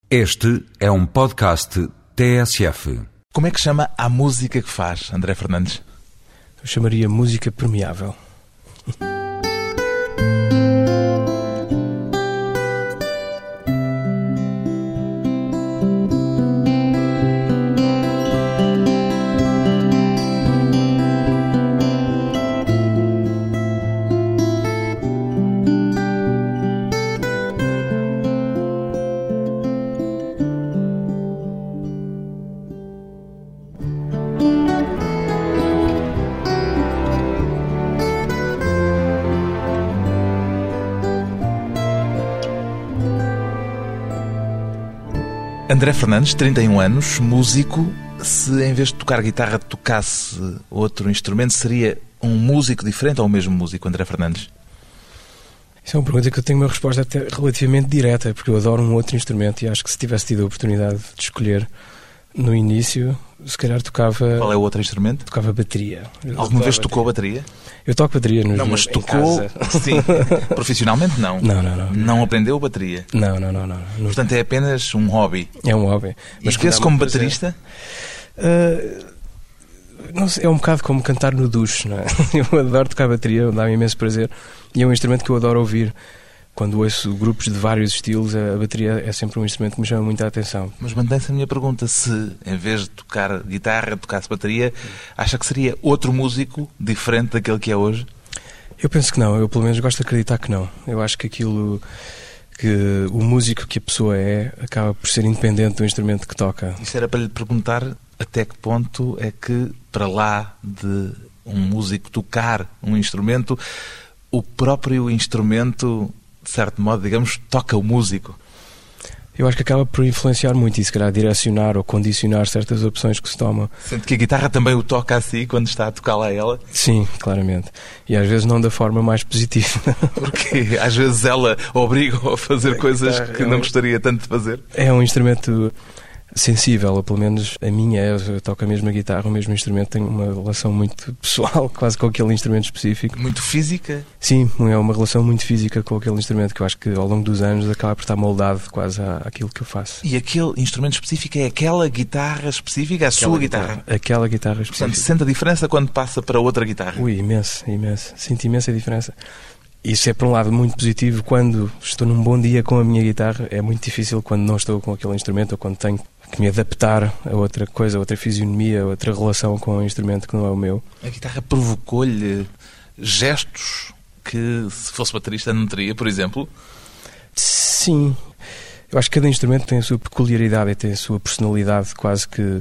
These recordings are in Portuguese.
Este é um podcast TSF. Como é que chama a música que faz, André Fernandes? Eu chamaria música permeável. André Fernandes, 31 anos, músico. Se em vez de tocar guitarra tocasse outro instrumento, seria um músico diferente ou o mesmo músico, André Fernandes? Isso é uma pergunta que eu tenho uma resposta até relativamente direta, porque eu adoro um outro instrumento e acho que se tivesse tido a oportunidade de escolher no início, se calhar tocava... Qual é o outro instrumento? Tocava bateria. Alguma vez tocou bateria? Eu toco bateria Não, mas tocou, sim, profissionalmente não. Não. Não aprendeu bateria? Não. Portanto, é apenas um hobby. É um hobby. Mas vê-se como baterista? Não sei, é um bocado como cantar no duche, não é? Eu adoro tocar bateria, dá-me imenso prazer. E é um instrumento que eu adoro ouvir. Quando ouço grupos de vários estilos, a bateria é sempre um instrumento que me chama muita atenção. Mas mantém-se a minha pergunta, se em vez de tocar guitarra, tocasse bateria, acha que seria outro músico diferente daquele que é hoje? Eu penso que não, eu pelo menos gosto de acreditar que não. Eu acho que o músico que a pessoa é acaba por ser independente do instrumento que toca. Isso era para lhe perguntar até que ponto é que, para lá de um músico tocar um instrumento, o próprio instrumento, de certo modo, digamos, toca o músico. Eu acho que acaba por influenciar muito e, se calhar, direcionar ou condicionar certas opções que se tomam. Sente que a guitarra também o toca a si quando está a tocá-la a ela? Sim, claramente. E às vezes não da forma mais positiva. Porque às vezes ela obriga-o a fazer coisas que não gostaria tanto de fazer. É um instrumento sensível, ou pelo menos a minha é. Eu toco a mesma guitarra, o mesmo instrumento, tenho uma relação muito pessoal, quase com aquele instrumento específico. Muito física? Sim, é uma relação muito física com aquele instrumento que eu acho que ao longo dos anos acaba por estar moldado quase àquilo que eu faço. E aquele instrumento específico é aquela guitarra específica, sua guitarra? Aquela guitarra específica. Portanto, sente a diferença quando passa para outra guitarra? Ui, imenso. Sinto imensa diferença. Isso é, por um lado, muito positivo quando estou num bom dia com a minha guitarra. É muito difícil quando não estou com aquele instrumento ou quando tenho que me adaptar a outra coisa, a outra fisionomia, a outra relação com o instrumento que não é o meu. A guitarra provocou-lhe gestos que, se fosse baterista, não teria, por exemplo? Sim. Eu acho que cada instrumento tem a sua peculiaridade e tem a sua personalidade quase que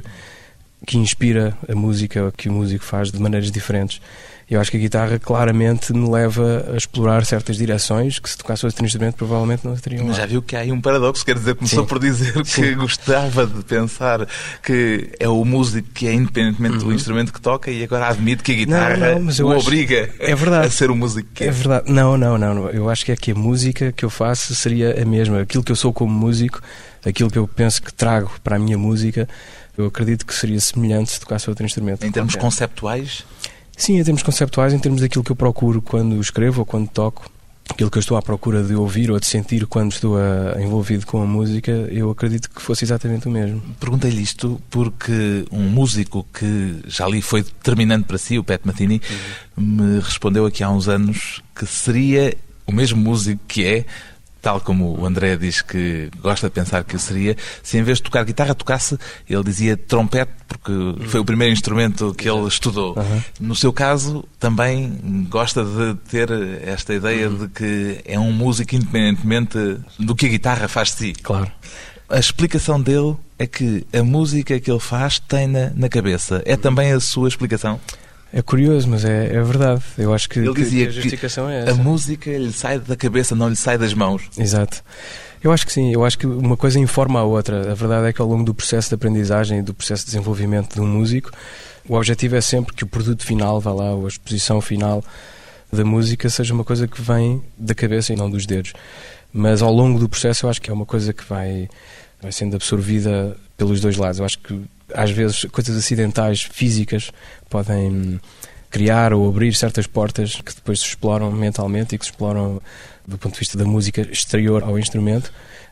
inspira a música que o músico faz de maneiras diferentes. Eu acho que a guitarra claramente me leva a explorar certas direções que, se tocasse outro instrumento, provavelmente não teriam. Mas já viu que há aí um paradoxo, quer dizer, começou por dizer que gostava de pensar que é o músico que é independentemente do instrumento que toca e agora admite que a guitarra o obriga a ser o músico que é. É verdade. Não. Eu acho que é que a música que eu faço seria a mesma. Aquilo que eu sou como músico, aquilo que eu penso que trago para a minha música, eu acredito que seria semelhante se tocasse outro instrumento. Em termos conceptuais? Sim, em termos conceptuais, em termos daquilo que eu procuro quando escrevo ou quando toco, aquilo que eu estou à procura de ouvir ou de sentir quando estou envolvido com a música, eu acredito que fosse exatamente o mesmo. Perguntei-lhe isto porque um músico que já ali foi determinante para si, o Pat Metheny, me respondeu aqui há uns anos que seria o mesmo músico que é, tal como o André diz que gosta de pensar que eu seria, se em vez de tocar guitarra tocasse, ele dizia trompete, porque foi o primeiro instrumento que ele estudou. No seu caso, também gosta de ter esta ideia de que é um músico independentemente do que a guitarra faz de si. Claro. A explicação dele é que a música que ele faz tem na cabeça. É também a sua explicação? É curioso, mas é verdade. Eu acho que ele dizia que a justificação é essa. A música lhe sai da cabeça, não lhe sai das mãos. Exato. Eu acho que sim. Eu acho que uma coisa informa a outra. A verdade é que ao longo do processo de aprendizagem e do processo de desenvolvimento de um músico, o objetivo é sempre que o produto final, vá lá, ou a exposição final da música seja uma coisa que vem da cabeça e não dos dedos. Mas ao longo do processo eu acho que é uma coisa que vai sendo absorvida pelos dois lados. Eu acho que às vezes coisas acidentais, físicas, podem criar ou abrir certas portas que depois se exploram mentalmente e que se exploram do ponto de vista da música exterior ao instrumento,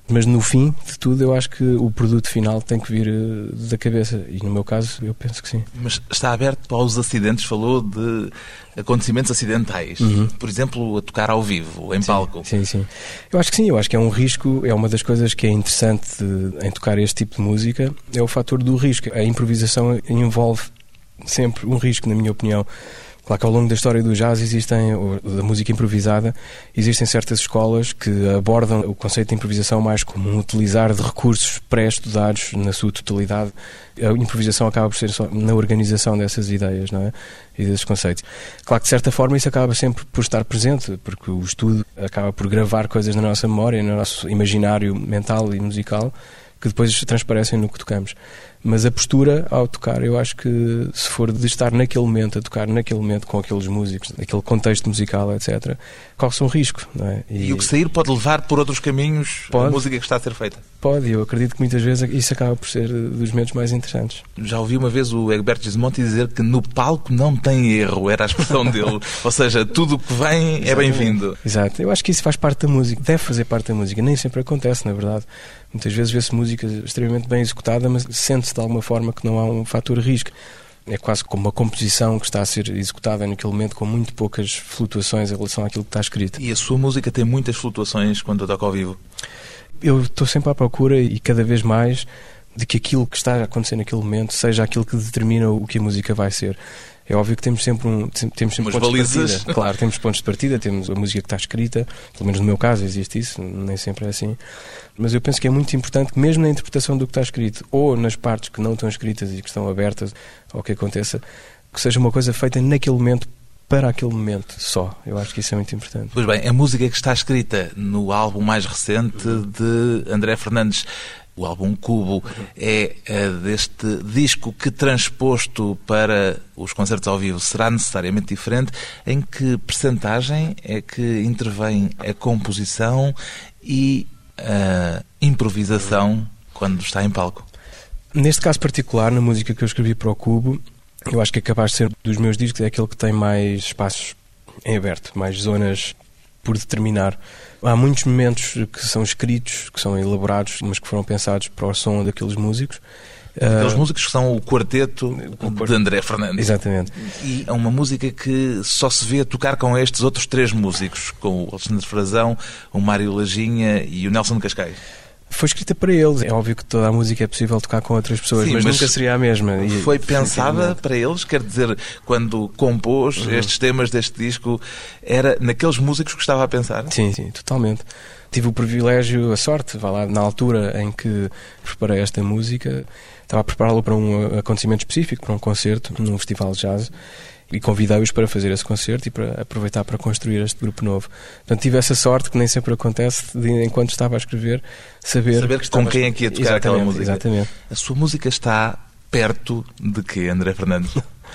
Mas no fim de tudo eu acho que o produto final tem que vir da cabeça, e no meu caso eu penso que sim. Mas está aberto aos acidentes, falou de acontecimentos acidentais, por exemplo, a tocar ao vivo, em palco. Sim. Eu acho que sim, eu acho que é um risco, é uma das coisas que é interessante em tocar este tipo de música, é o fator do risco. A improvisação envolve sempre um risco, na minha opinião. Claro que ao longo da história do jazz ou da música improvisada, existem certas escolas que abordam o conceito de improvisação mais como um utilizar de recursos pré-estudados na sua totalidade. A improvisação acaba por ser só na organização dessas ideias, não é? E desses conceitos. Claro que de certa forma isso acaba sempre por estar presente, porque o estudo acaba por gravar coisas na nossa memória, no nosso imaginário mental e musical, que depois transparecem no que tocamos. Mas a postura ao tocar, eu acho que se for de estar naquele momento, a tocar naquele momento com aqueles músicos, aquele contexto musical, etc., corre-se um risco, não é? E o que sair pode levar por outros caminhos a música que está a ser feita? Pode, eu acredito que muitas vezes isso acaba por ser dos momentos mais interessantes. Já ouvi uma vez o Egberto Gismonti dizer que no palco não tem erro, era a expressão dele. Ou seja, tudo o que vem é bem-vindo. Exato, eu acho que isso faz parte da música, deve fazer parte da música, nem sempre acontece, na verdade. Muitas vezes vê-se música extremamente bem executada, mas sente-se de alguma forma que não há um fator risco. É quase como uma composição que está a ser executada naquele momento com muito poucas flutuações em relação àquilo que está escrito. E a sua música tem muitas flutuações quando toca ao vivo? Eu estou sempre à procura e cada vez mais de que aquilo que está a acontecer naquele momento seja aquilo que determina o que a música vai ser. É óbvio que temos sempre pontos balizas. de partida. Claro, temos pontos de partida, temos a música que está escrita, pelo menos no meu caso existe isso, nem sempre é assim. Mas eu penso que é muito importante que mesmo na interpretação do que está escrito, ou nas partes que não estão escritas e que estão abertas ao que aconteça, que seja uma coisa feita naquele momento, para aquele momento só. Eu acho que isso é muito importante. Pois bem, a música que está escrita no álbum mais recente de André Fernandes, o álbum Cubo, é deste disco que, transposto para os concertos ao vivo, será necessariamente diferente. Em que percentagem é que intervém a composição e a improvisação quando está em palco? Neste caso particular, na música que eu escrevi para o Cubo, eu acho que é capaz de ser dos meus discos, é aquele que tem mais espaços em aberto, mais zonas por determinar. Há muitos momentos que são escritos, que são elaborados, mas que foram pensados para o som daqueles músicos. Aqueles músicos que são o quarteto de André Fernandes. Exatamente. E é uma música que só se vê a tocar com estes outros três músicos, com o Alexandre Frazão, o Mário Laginha e o Nelson Cascais. Foi escrita para eles. É óbvio que toda a música é possível tocar com outras pessoas, mas nunca seria a mesma. Foi pensada para eles? Quer dizer, quando compôs estes temas deste disco, era naqueles músicos que estava a pensar? Sim, totalmente. Tive o privilégio, a sorte, vá lá, na altura em que preparei esta música, estava a prepará-la para um acontecimento específico, para um concerto num festival de jazz, e convidei-os para fazer esse concerto e para aproveitar para construir este grupo novo. Portanto, tive essa sorte que nem sempre acontece, de, enquanto estava a escrever, saber que com quem é que ia tocar aquela música. Exatamente. A sua música está perto de quê, André Fernandes?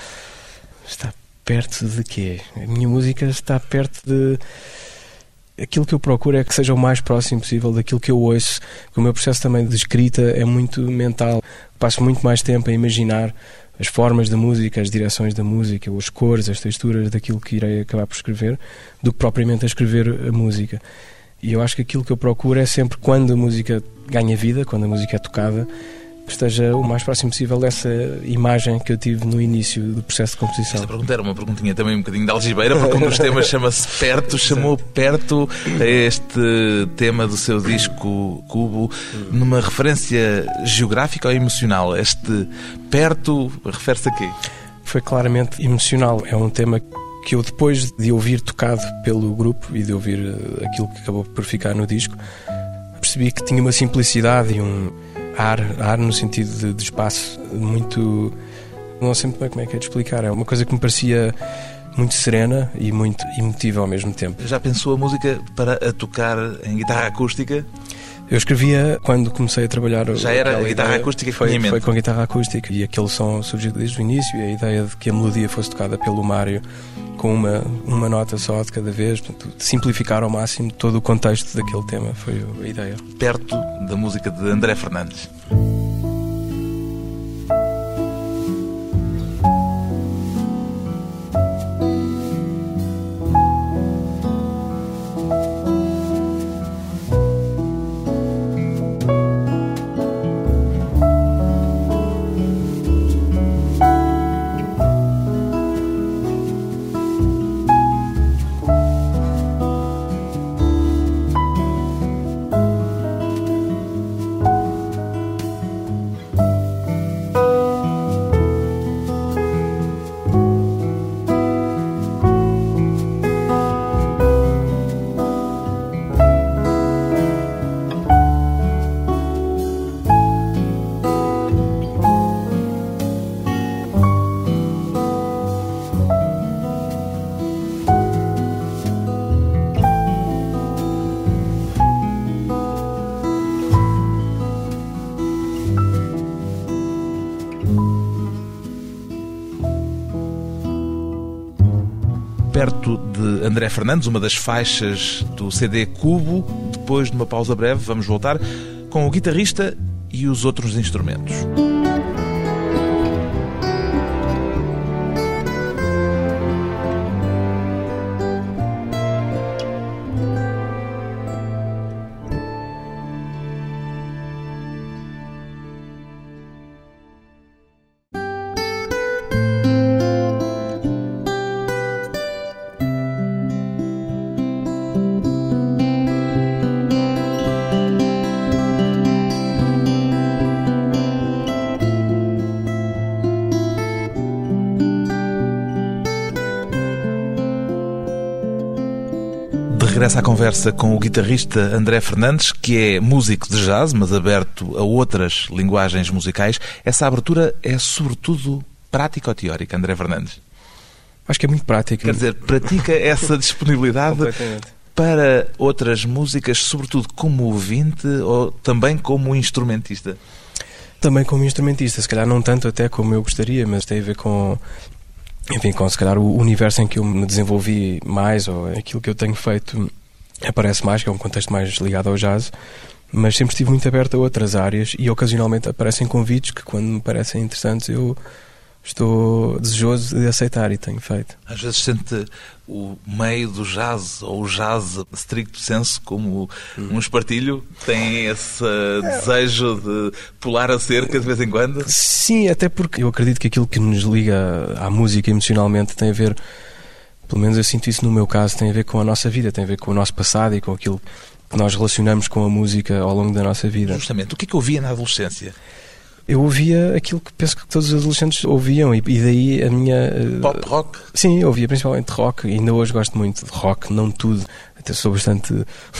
Está perto de quê? A minha música está perto de... Aquilo que eu procuro é que seja o mais próximo possível daquilo que eu ouço. O meu processo também de escrita é muito mental. Passo muito mais tempo a imaginar as formas da música, as direções da música, as cores, as texturas daquilo que irei acabar por escrever, do que propriamente a escrever a música. E eu acho que aquilo que eu procuro é sempre, quando a música ganha vida, quando a música é tocada, que esteja o mais próximo possível dessa imagem que eu tive no início do processo de composição. Esta pergunta era uma perguntinha também um bocadinho de algibeira, porque um dos temas chama-se Perto, chamou Perto a este tema do seu disco Cubo, numa referência geográfica ou emocional. Este Perto refere-se a quê? Foi claramente emocional. É um tema que eu, depois de ouvir tocado pelo grupo e de ouvir aquilo que acabou por ficar no disco, percebi que tinha uma simplicidade e um ar no sentido de espaço muito... Não sei muito bem como é que é de explicar. É uma coisa que me parecia muito serena e muito emotiva ao mesmo tempo. Já pensou a música para a tocar em guitarra acústica? Eu escrevia quando comecei a trabalhar... Já era a guitarra acústica que tinha em mente? Foi com guitarra acústica, e aquele som surgiu desde o início, e a ideia de que a melodia fosse tocada pelo Mário com uma nota só de cada vez, portanto, simplificar ao máximo todo o contexto daquele tema, foi a ideia. Perto da música de André Fernandes. perto de André Fernandes, uma das faixas do CD Cubo. Depois de uma pausa breve, vamos voltar com o guitarrista e os outros instrumentos. Regressa à conversa com o guitarrista André Fernandes, que é músico de jazz, mas aberto a outras linguagens musicais. Essa abertura é sobretudo prática ou teórica, André Fernandes? Acho que é muito prática. Quer dizer, pratica essa disponibilidade para outras músicas, sobretudo como ouvinte ou também como instrumentista? Também como instrumentista, se calhar não tanto até como eu gostaria, mas tem a ver com... Enfim, com se calhar o universo em que eu me desenvolvi mais, ou aquilo que eu tenho feito aparece mais, que é um contexto mais ligado ao jazz, mas sempre estive muito aberto a outras áreas e ocasionalmente aparecem convites que, quando me parecem interessantes, eu estou desejoso de aceitar e tenho feito. Às vezes sente o meio do jazz, ou o jazz stricto sensu, como um espartilho, tem esse desejo de pular a cerca de vez em quando? Sim, até porque eu acredito que aquilo que nos liga à música emocionalmente tem a ver, pelo menos eu sinto isso no meu caso, tem a ver com a nossa vida, tem a ver com o nosso passado e com aquilo que nós relacionamos com a música ao longo da nossa vida. Justamente. O que é que eu via na adolescência? Eu ouvia aquilo que penso que todos os adolescentes ouviam e daí a minha... Pop rock? Sim, eu ouvia principalmente rock e ainda hoje gosto muito de rock, não tudo. Até sou bastante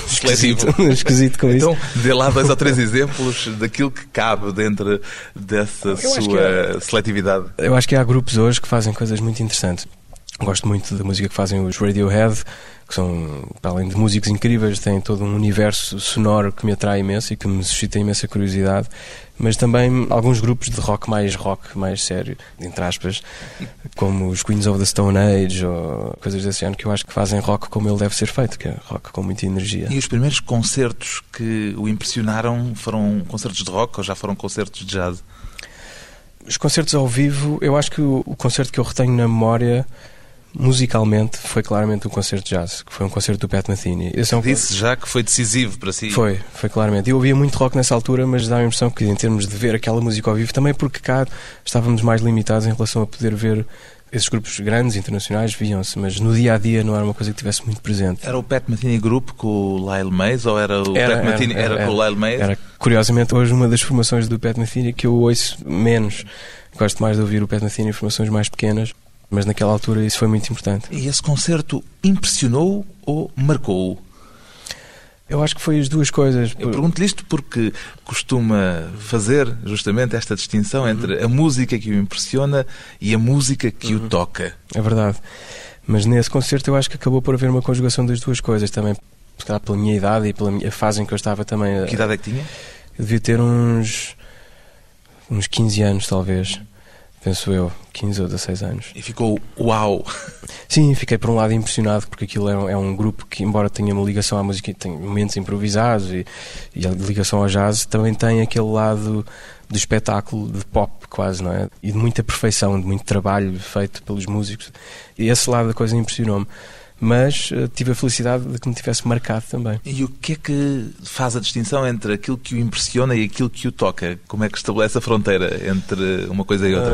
esquisito com isso. Então, dê lá 2 ou 3 exemplos daquilo que cabe dentro dessa sua seletividade. Eu acho que há grupos hoje que fazem coisas muito interessantes. Gosto muito da música que fazem os Radiohead, que são, para além de músicos incríveis, têm todo um universo sonoro que me atrai imenso e que me suscita imensa curiosidade, mas também alguns grupos de rock mais sério, entre aspas, como os Queens of the Stone Age ou coisas desse género, que eu acho que fazem rock como ele deve ser feito, que é rock com muita energia. E os primeiros concertos que o impressionaram foram concertos de rock ou já foram concertos de jazz? Os concertos ao vivo, eu acho que o concerto que eu retenho na memória musicalmente foi claramente um concerto de jazz, que foi um concerto do Pat Metheny. Disse já que foi decisivo para si. Foi claramente. Eu ouvia muito rock nessa altura, mas dá a impressão que em termos de ver aquela música ao vivo, também porque cá estávamos mais limitados em relação a poder ver esses grupos grandes, internacionais, viam-se, mas no dia-a-dia não era uma coisa que tivesse muito presente. Era o Pat Metheny Group com o Lyle Mays ou era o Pat Metheny com o Lyle Mays? Era, curiosamente, hoje uma das formações do Pat Metheny que eu ouço menos. Gosto mais de ouvir o Pat Metheny em formações mais pequenas. Mas naquela altura isso foi muito importante. E esse concerto impressionou ou marcou-o? Eu acho que foi as duas coisas. Eu pergunto-lhe isto porque costuma fazer justamente esta distinção entre a música que o impressiona e a música que o toca. É verdade. Mas nesse concerto eu acho que acabou por haver uma conjugação das duas coisas também. Pela minha idade e pela fase em que eu estava também. Que idade é que tinha? Eu devia ter uns 15 anos, talvez. Penso eu, 15 ou 16 anos. E ficou uau! Sim, fiquei por um lado impressionado, porque aquilo é um grupo que, embora tenha uma ligação à música, tem momentos improvisados e a ligação ao jazz, também tem aquele lado do espetáculo de pop quase, não é? E de muita perfeição, de muito trabalho feito pelos músicos. E esse lado da coisa impressionou-me. Mas tive a felicidade de que me tivesse marcado também. E o que é que faz a distinção entre aquilo que o impressiona e aquilo que o toca? Como é que estabelece a fronteira entre uma coisa e outra?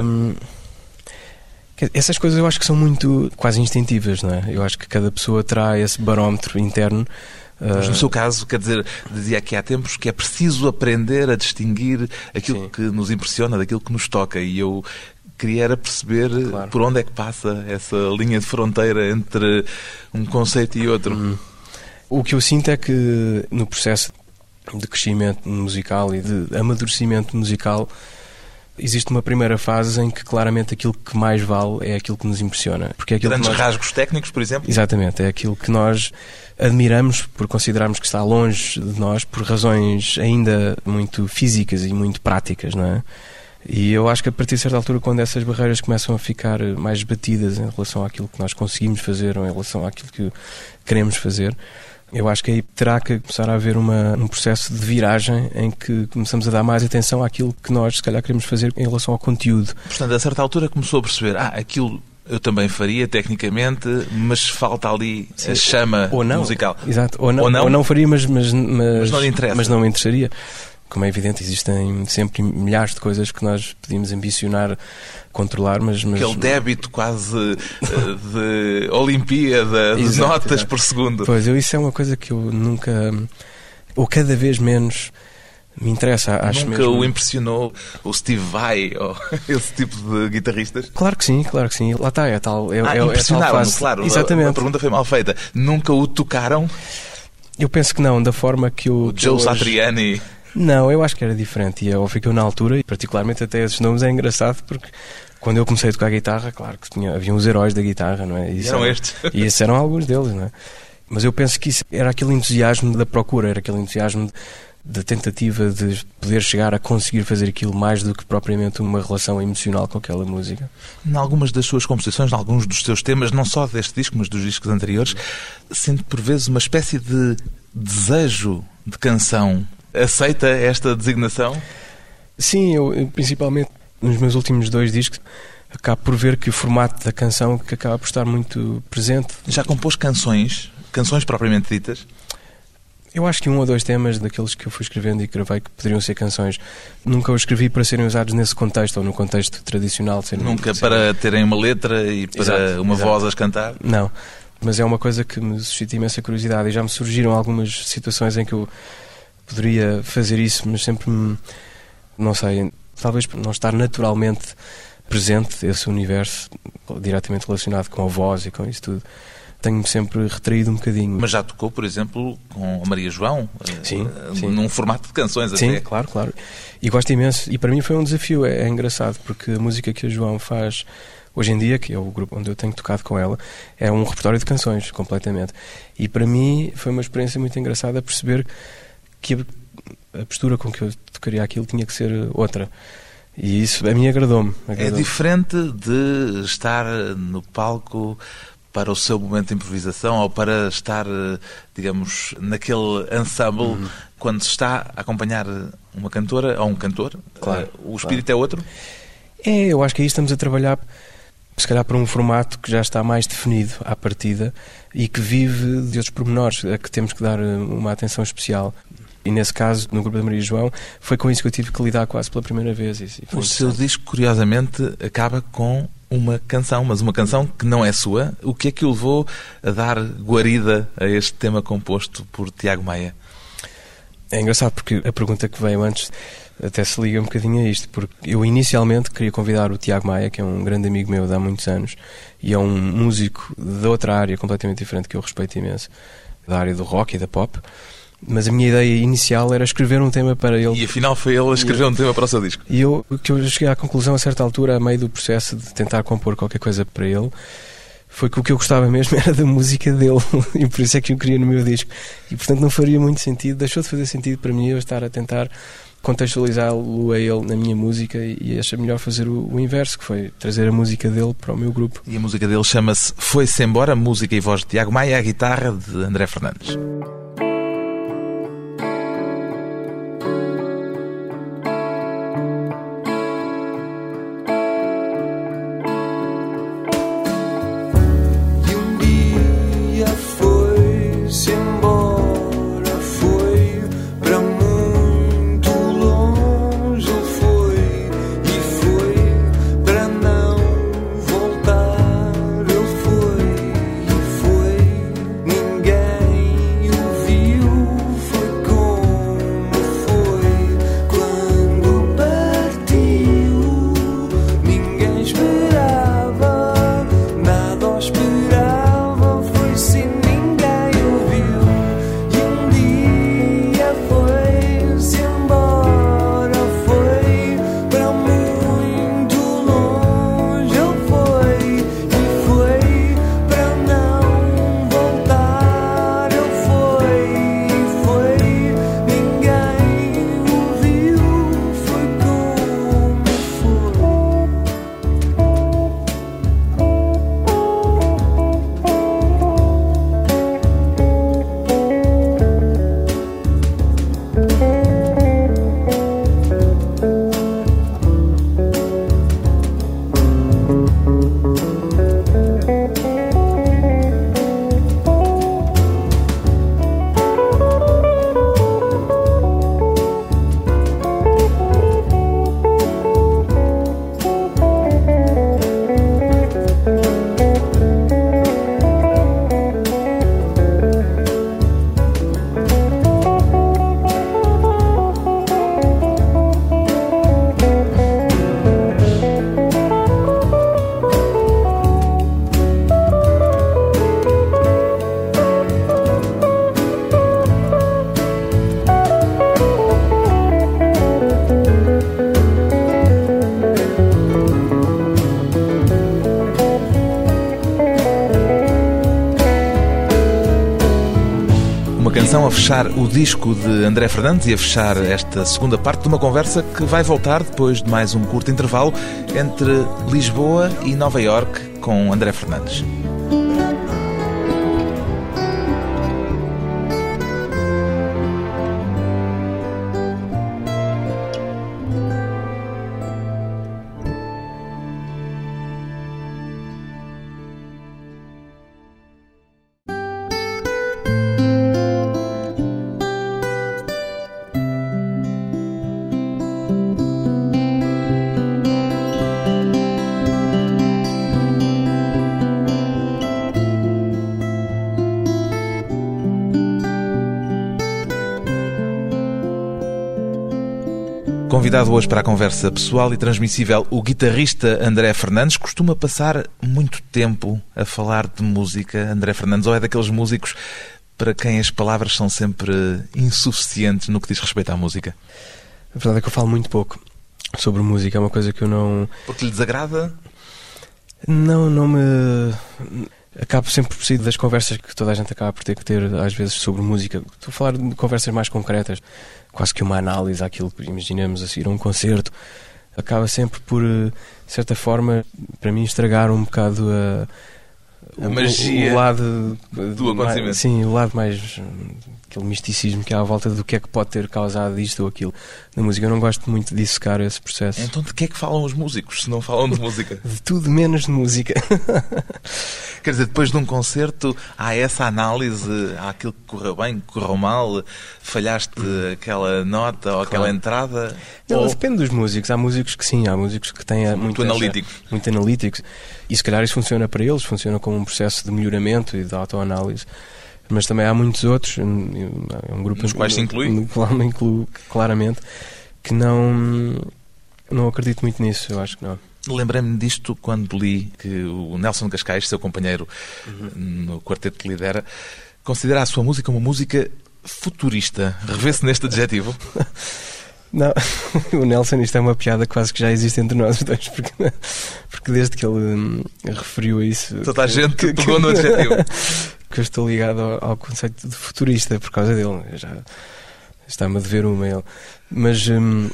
Essas coisas eu acho que são muito quase instintivas, não é? Eu acho que cada pessoa terá esse barómetro interno. Mas no seu caso, quer dizer, dizia aqui há tempos que é preciso aprender a distinguir aquilo que nos impressiona daquilo que nos toca, e eu queria era perceber por onde é que passa essa linha de fronteira entre um conceito e outro. O que eu sinto é que no processo de crescimento musical e de amadurecimento musical existe uma primeira fase em que claramente aquilo que mais vale é aquilo que nos impressiona. Porque é aquilo grandes que rasgos técnicos, por exemplo? Exatamente, é aquilo que nós admiramos por considerarmos que está longe de nós por razões ainda muito físicas e muito práticas, não é? E eu acho que a partir de certa altura, quando essas barreiras começam a ficar mais batidas em relação àquilo que nós conseguimos fazer ou em relação àquilo que queremos fazer, eu acho que aí terá que começar a haver um processo de viragem em que começamos a dar mais atenção àquilo que nós se calhar queremos fazer em relação ao conteúdo. Portanto, a certa altura começou a perceber, aquilo eu também faria tecnicamente, mas falta ali a chama musical. Exato, ou não faria, mas não lhe interessa. Mas não me interessaria. Como é evidente, existem sempre milhares de coisas que nós podíamos ambicionar controlar, mas... Aquele débito quase de Olimpíada, de notas por segundo. Pois, isso é uma coisa que eu nunca... ou cada vez menos me interessa. Acho nunca mesmo... o impressionou o Steve Vai ou esse tipo de guitarristas? Claro que sim. Lá está, é tal... impressionaram-no, claro. Exatamente. A pergunta foi mal feita. Nunca o tocaram? Eu penso que não, da forma que o Joe Satriani... Não, eu acho que era diferente. E eu fiquei na altura, e particularmente até esses nomes é engraçado, porque quando eu comecei a tocar guitarra, claro que havia uns heróis da guitarra, não é? E eram estes. E esses eram alguns deles, não é? Mas eu penso que isso era aquele entusiasmo da procura, era aquele entusiasmo da tentativa de poder chegar a conseguir fazer aquilo mais do que propriamente uma relação emocional com aquela música. Em algumas das suas composições, em alguns dos seus temas, não só deste disco, mas dos discos anteriores, sinto por vezes uma espécie de desejo de canção. Aceita esta designação? Sim, eu principalmente nos meus últimos 2 discos acabo por ver que o formato da canção que acaba por estar muito presente. Já compôs canções propriamente ditas? Eu acho que 1 ou 2 temas daqueles que eu fui escrevendo e gravei que poderiam ser canções, nunca os escrevi para serem usados nesse contexto ou no contexto tradicional. Nunca para terem uma letra e para uma voz a cantar? Não, mas é uma coisa que me suscita imensa curiosidade e já me surgiram algumas situações em que eu poderia fazer isso, mas sempre não sei, talvez por não estar naturalmente presente esse universo diretamente relacionado com a voz e com isso tudo, tenho-me sempre retraído um bocadinho. Mas já tocou, por exemplo, com a Maria João? Sim. Num formato de canções até. Sim, claro. E gosto imenso. E para mim foi um desafio, é engraçado, porque a música que a João faz hoje em dia, que é o grupo onde eu tenho tocado com ela, é um repertório de canções, completamente. E para mim foi uma experiência muito engraçada perceber que a postura com que eu tocaria aquilo tinha que ser outra. E isso a mim agradou-me. É diferente de estar no palco para o seu momento de improvisação ou para estar, digamos, naquele ensemble quando se está a acompanhar uma cantora ou um cantor? Claro, o espírito é outro? Eu acho que aí estamos a trabalhar se calhar para um formato que já está mais definido à partida e que vive de outros pormenores a que temos que dar uma atenção especial. E nesse caso, no grupo da Maria João, foi com isso que eu tive que lidar quase pela primeira vez. O seu disco, curiosamente, acaba com uma canção, mas uma canção que não é sua. O que é que o levou a dar guarida a este tema composto por Tiago Maia? É engraçado porque a pergunta que veio antes até se liga um bocadinho a isto, porque eu inicialmente queria convidar o Tiago Maia, que é um grande amigo meu de há muitos anos, e é um músico de outra área completamente diferente que eu respeito imenso, da área do rock e da pop. Mas a minha ideia inicial era escrever um tema para ele. E afinal foi ele a escrever um tema para o seu disco. E eu cheguei à conclusão a certa altura, a meio do processo de tentar compor qualquer coisa para ele, foi que o que eu gostava mesmo era da música dele. E por isso é que eu queria no meu disco. E portanto não faria muito sentido, deixou de fazer sentido para mim eu estar a tentar contextualizá-lo a ele na minha música e achei melhor fazer o inverso, que foi trazer a música dele para o meu grupo. E a música dele chama-se Foi-se Embora, música e voz de Tiago Maia, a guitarra de André Fernandes. Ninguém o viu. canção a fechar o disco de André Fernandes e a fechar esta segunda parte de uma conversa que vai voltar depois de mais um curto intervalo entre Lisboa e Nova Iorque com André Fernandes. Convidado hoje para a conversa pessoal e transmissível, o guitarrista André Fernandes. Costuma passar muito tempo a falar de música, André Fernandes, ou é daqueles músicos para quem as palavras são sempre insuficientes no que diz respeito à música? A verdade é que eu falo muito pouco sobre música, é uma coisa que eu não... Porque lhe desagrada? Não me... Acabo sempre por sair das conversas que toda a gente acaba por ter que ter, às vezes, sobre música. Estou a falar de conversas mais concretas, quase que uma análise àquilo que imaginamos a seguir a um concerto. Acaba sempre por, de certa forma, para mim, estragar um bocado a magia o lado do acontecimento. Sim, o lado mais... aquele misticismo que há à volta do que é que pode ter causado isto ou aquilo na música. Eu não gosto muito de dissecar esse processo. Então de que é que falam os músicos, se não falam de música? De tudo menos de música. Quer dizer, depois de um concerto há essa análise, há aquilo que correu bem, que correu mal, falhaste aquela nota ou aquela entrada? Não, depende dos músicos. Há músicos que sim, há músicos que têm muito analíticos. E se calhar isso funciona para eles, funciona como um processo de melhoramento e de autoanálise. Mas também há muitos outros, é um grupo nos quais se inclui? Me incluo claramente, que não acredito muito nisso, eu acho que não. Lembrei-me disto quando li que o Nelson Cascais, seu companheiro no quarteto que lidera, considera a sua música uma música futurista. Revê-se neste adjetivo? Não, o Nelson, isto é uma piada quase que já existe entre nós dois, porque desde que ele referiu a isso... Toda a gente pegou no adjetivo. Que eu estou ligado ao conceito de futurista por causa dele. Já está-me a dever uma ele. Mas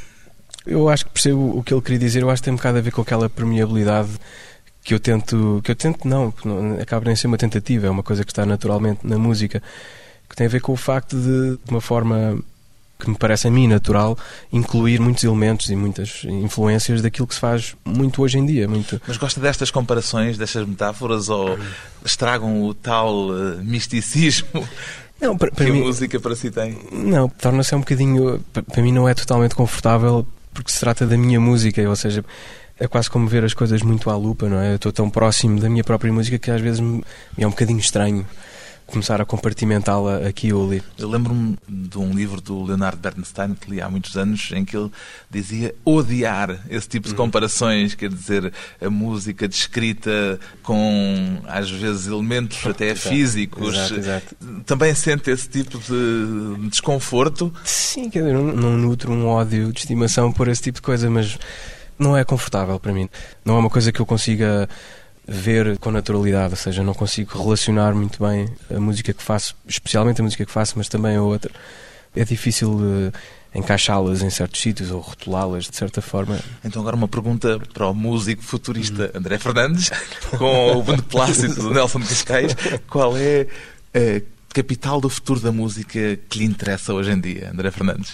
eu acho que percebo o que ele queria dizer. Eu acho que tem um bocado a ver com aquela permeabilidade que eu tento não acaba nem ser uma tentativa, é uma coisa que está naturalmente na música, que tem a ver com o facto de uma forma que me parece a mim natural, incluir muitos elementos e muitas influências daquilo que se faz muito hoje em dia. Muito. Mas gosta destas comparações, destas metáforas, ou estragam o tal misticismo não, para que mim, a música para si tem? Não, torna-se um bocadinho... Para mim não é totalmente confortável, porque se trata da minha música, ou seja, é quase como ver as coisas muito à lupa, não é? Eu estou tão próximo da minha própria música que às vezes me é um bocadinho estranho começar a compartimentá-la aqui ou ali. Eu lembro-me de um livro do Leonard Bernstein que li há muitos anos, em que ele dizia odiar esse tipo de comparações, quer dizer, a música descrita com, às vezes, elementos até físicos. Exato. Também sente esse tipo de desconforto? Sim, quer dizer, não nutro um ódio de estimação por esse tipo de coisa, mas não é confortável para mim. Não é uma coisa que eu consiga ver com naturalidade, ou seja, não consigo relacionar muito bem a música que faço, especialmente a música que faço, mas também a outra. É difícil encaixá-las em certos sítios ou rotulá-las de certa forma. Então agora uma pergunta para o músico futurista André Fernandes, com o beneplácito do Nelson Cascais. Qual é a capital do futuro da música que lhe interessa hoje em dia, André Fernandes?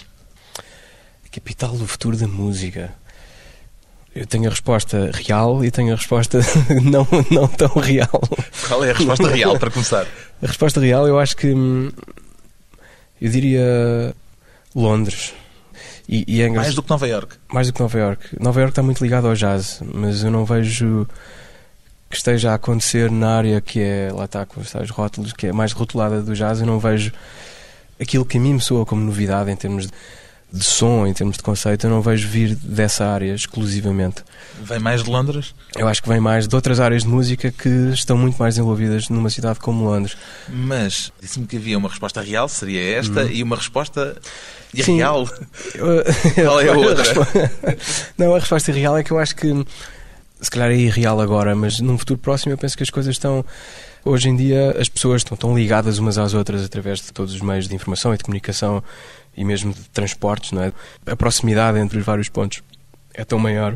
A capital do futuro da música... Eu tenho a resposta real e tenho a resposta não tão real. Qual é a resposta real, para começar? A resposta real, eu acho que... Eu diria Londres. E é mais do que Nova Iorque? Mais do que Nova Iorque. Nova Iorque está muito ligado ao jazz, mas eu não vejo que esteja a acontecer na área que é, lá está, com os tais rótulos, que é mais rotulada do jazz. Eu não vejo aquilo que a mim me soa como novidade em termos de som, em termos de conceito, eu não vejo vir dessa área exclusivamente. Vem mais de Londres? Eu acho que vem mais de outras áreas de música que estão muito mais envolvidas numa cidade como Londres. Mas disse-me que havia uma resposta real, seria esta, e uma resposta irreal. Qual é a outra? Não, a resposta irreal é que eu acho que, se calhar é irreal agora, mas num futuro próximo eu penso que as coisas estão Hoje em dia as pessoas estão tão ligadas umas às outras através de todos os meios de informação e de comunicação e mesmo de transportes, não é? A proximidade entre os vários pontos é tão maior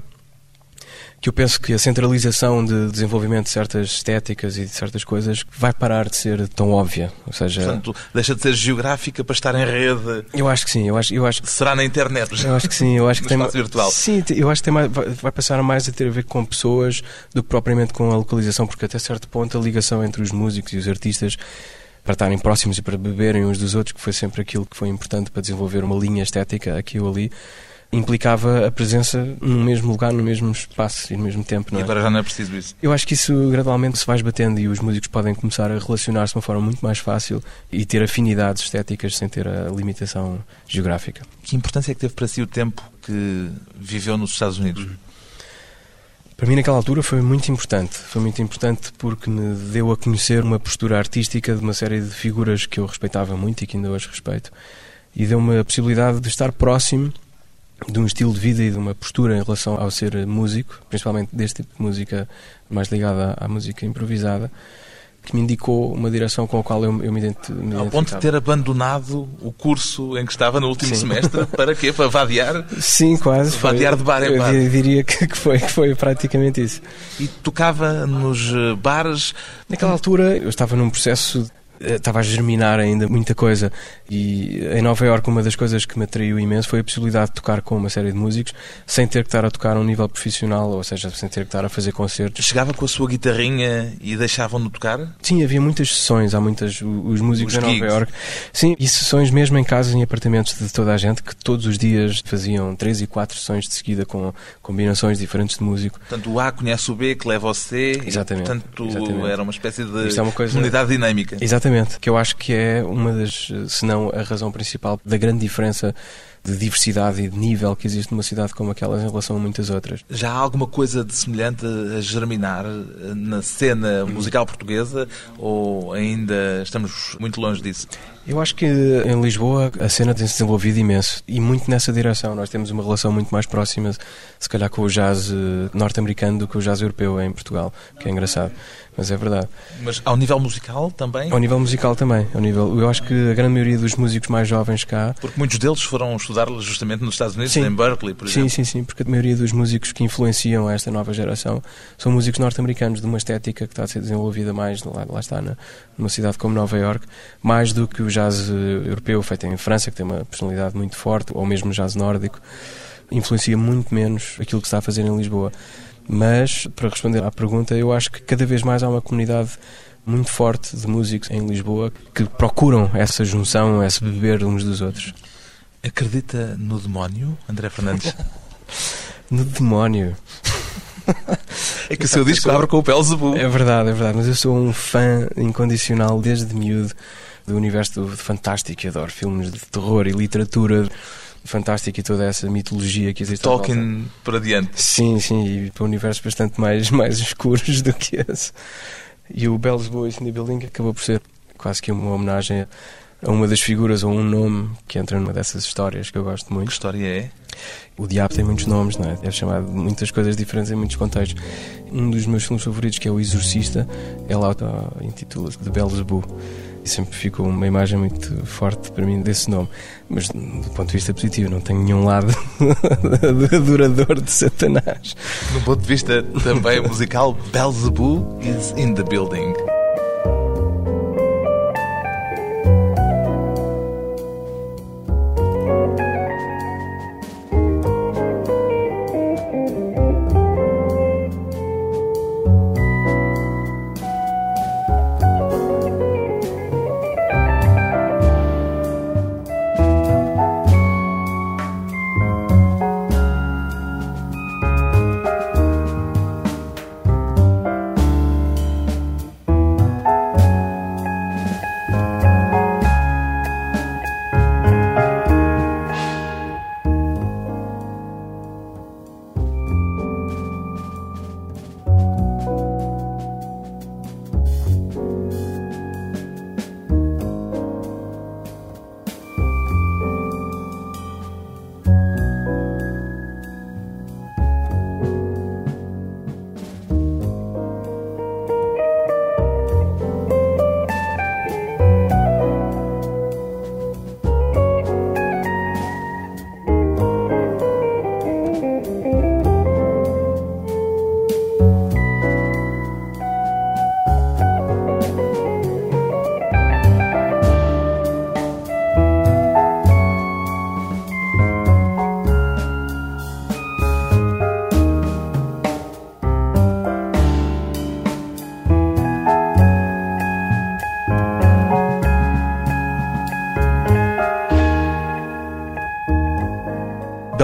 que eu penso que a centralização de desenvolvimento de certas estéticas e de certas coisas vai parar de ser tão óbvia. Ou seja, portanto, deixa de ser geográfica para estar em rede. Eu acho que sim. Eu acho será na internet. Eu acho que sim. Eu acho no que espaço virtual. Sim, eu acho que vai passar mais a ter a ver com pessoas do que propriamente com a localização, porque até certo ponto a ligação entre os músicos e os artistas para estarem próximos e para beberem uns dos outros, que foi sempre aquilo que foi importante para desenvolver uma linha estética aqui ou ali, implicava a presença no mesmo lugar, no mesmo espaço e no mesmo tempo. Não é? E agora já não é preciso isso. Eu acho que isso gradualmente se vai esbatendo e os músicos podem começar a relacionar-se de uma forma muito mais fácil e ter afinidades estéticas sem ter a limitação geográfica. Que importância é que teve para si o tempo que viveu nos Estados Unidos? Para mim, naquela altura, foi muito importante. Foi muito importante porque me deu a conhecer uma postura artística de uma série de figuras que eu respeitava muito e que ainda hoje respeito. E deu-me a possibilidade de estar próximo de um estilo de vida e de uma postura em relação ao ser músico, principalmente deste tipo de música mais ligada à música improvisada, que me indicou uma direção com a qual eu me identificava. Ao ponto de ter abandonado o curso em que estava no último semestre, para quê? Para vadiar? Sim, quase. Vadiar de bar em bar. Eu diria que foi praticamente isso. E tocava nos bares? Naquela altura eu estava num processo... Estava a germinar ainda muita coisa e em Nova Iorque uma das coisas que me atraiu imenso foi a possibilidade de tocar com uma série de músicos sem ter que estar a tocar a um nível profissional, ou seja, sem ter que estar a fazer concertos. Chegava com a sua guitarrinha e deixavam-no tocar? Sim, havia muitas sessões, os músicos Os em Nova gigs. Iorque. Sim, e sessões mesmo em casas, em apartamentos de toda a gente, que todos os dias faziam 3 e 4 sessões de seguida com combinações diferentes de músico. Portanto, o A conhece o B, que leva ao C. Exatamente. E, portanto, Exatamente. era uma espécie de Isto é uma coisa... comunidade dinâmica. Exatamente, que eu acho que é uma das, se não a razão principal da grande diferença de diversidade e de nível que existe numa cidade como aquelas em relação a muitas outras. Já há alguma coisa de semelhante a germinar na cena musical portuguesa ou ainda estamos muito longe disso? Eu acho que em Lisboa a cena tem-se desenvolvido imenso e muito nessa direção. Nós temos uma relação muito mais próxima, se calhar, com o jazz norte-americano do que o jazz europeu em Portugal, que é engraçado, mas é verdade. Mas ao nível musical também? Ao nível musical também. Eu acho que a grande maioria dos músicos mais jovens cá... Porque muitos deles foram estudar justamente nos Estados Unidos, Sim. em Berkeley, por exemplo. Sim, porque a maioria dos músicos que influenciam esta nova geração são músicos norte-americanos de uma estética que está a ser desenvolvida mais, lá está, numa cidade como Nova Iorque, mais do que o jazz europeu feito em França, que tem uma personalidade muito forte, ou mesmo o jazz nórdico, influencia muito menos aquilo que se está a fazer em Lisboa. Mas, para responder à pergunta, eu acho que cada vez mais há uma comunidade muito forte de músicos em Lisboa que procuram essa junção, esse beber uns dos outros. Acredita no demónio, André Fernandes? No demónio? É que o seu disco abre com o Beelzebub. É verdade, mas eu sou um fã incondicional desde miúdo do universo do fantástico, adoro filmes de terror e literatura fantástica e toda essa mitologia que existe. Tolkien para diante. Sim, e para universos bastante mais escuros do que esse. E o Beelzebub in the Building acabou por ser quase que uma homenagem a uma das figuras ou um nome que entra numa dessas histórias que eu gosto muito. Que história é? O diabo tem muitos nomes, não é? É chamado de muitas coisas diferentes em muitos contextos. Um dos meus filmes favoritos, que é O Exorcista, é lá intitula-se de Beelzebub. E sempre ficou uma imagem muito forte para mim desse nome. Mas do ponto de vista positivo, não tenho nenhum lado de adorador de Satanás. Do ponto de vista também musical, Beelzebub is in the building.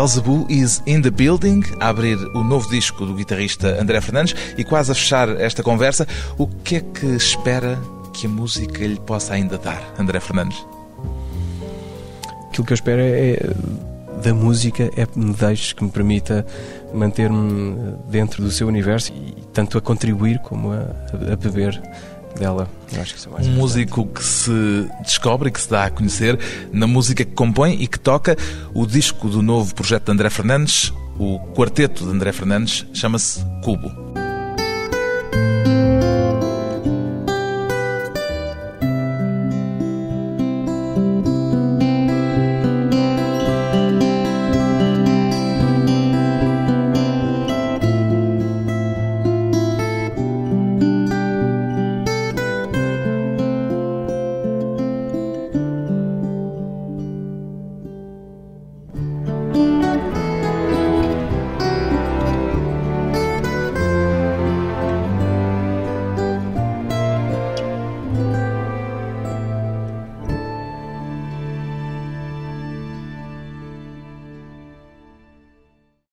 Beelzebub is in the building, a abrir o novo disco do guitarrista André Fernandes, e quase a fechar esta conversa, o que é que espera que a música lhe possa ainda dar, André Fernandes? Aquilo que eu espero da música é que me deixe, que me permita manter-me dentro do seu universo e tanto a contribuir como a beber dela. Eu acho que isso é mais importante. Músico que se descobre e que se dá a conhecer na música que compõe e que toca. O disco do novo projeto de André Fernandes, o quarteto de André Fernandes, chama-se Cubo.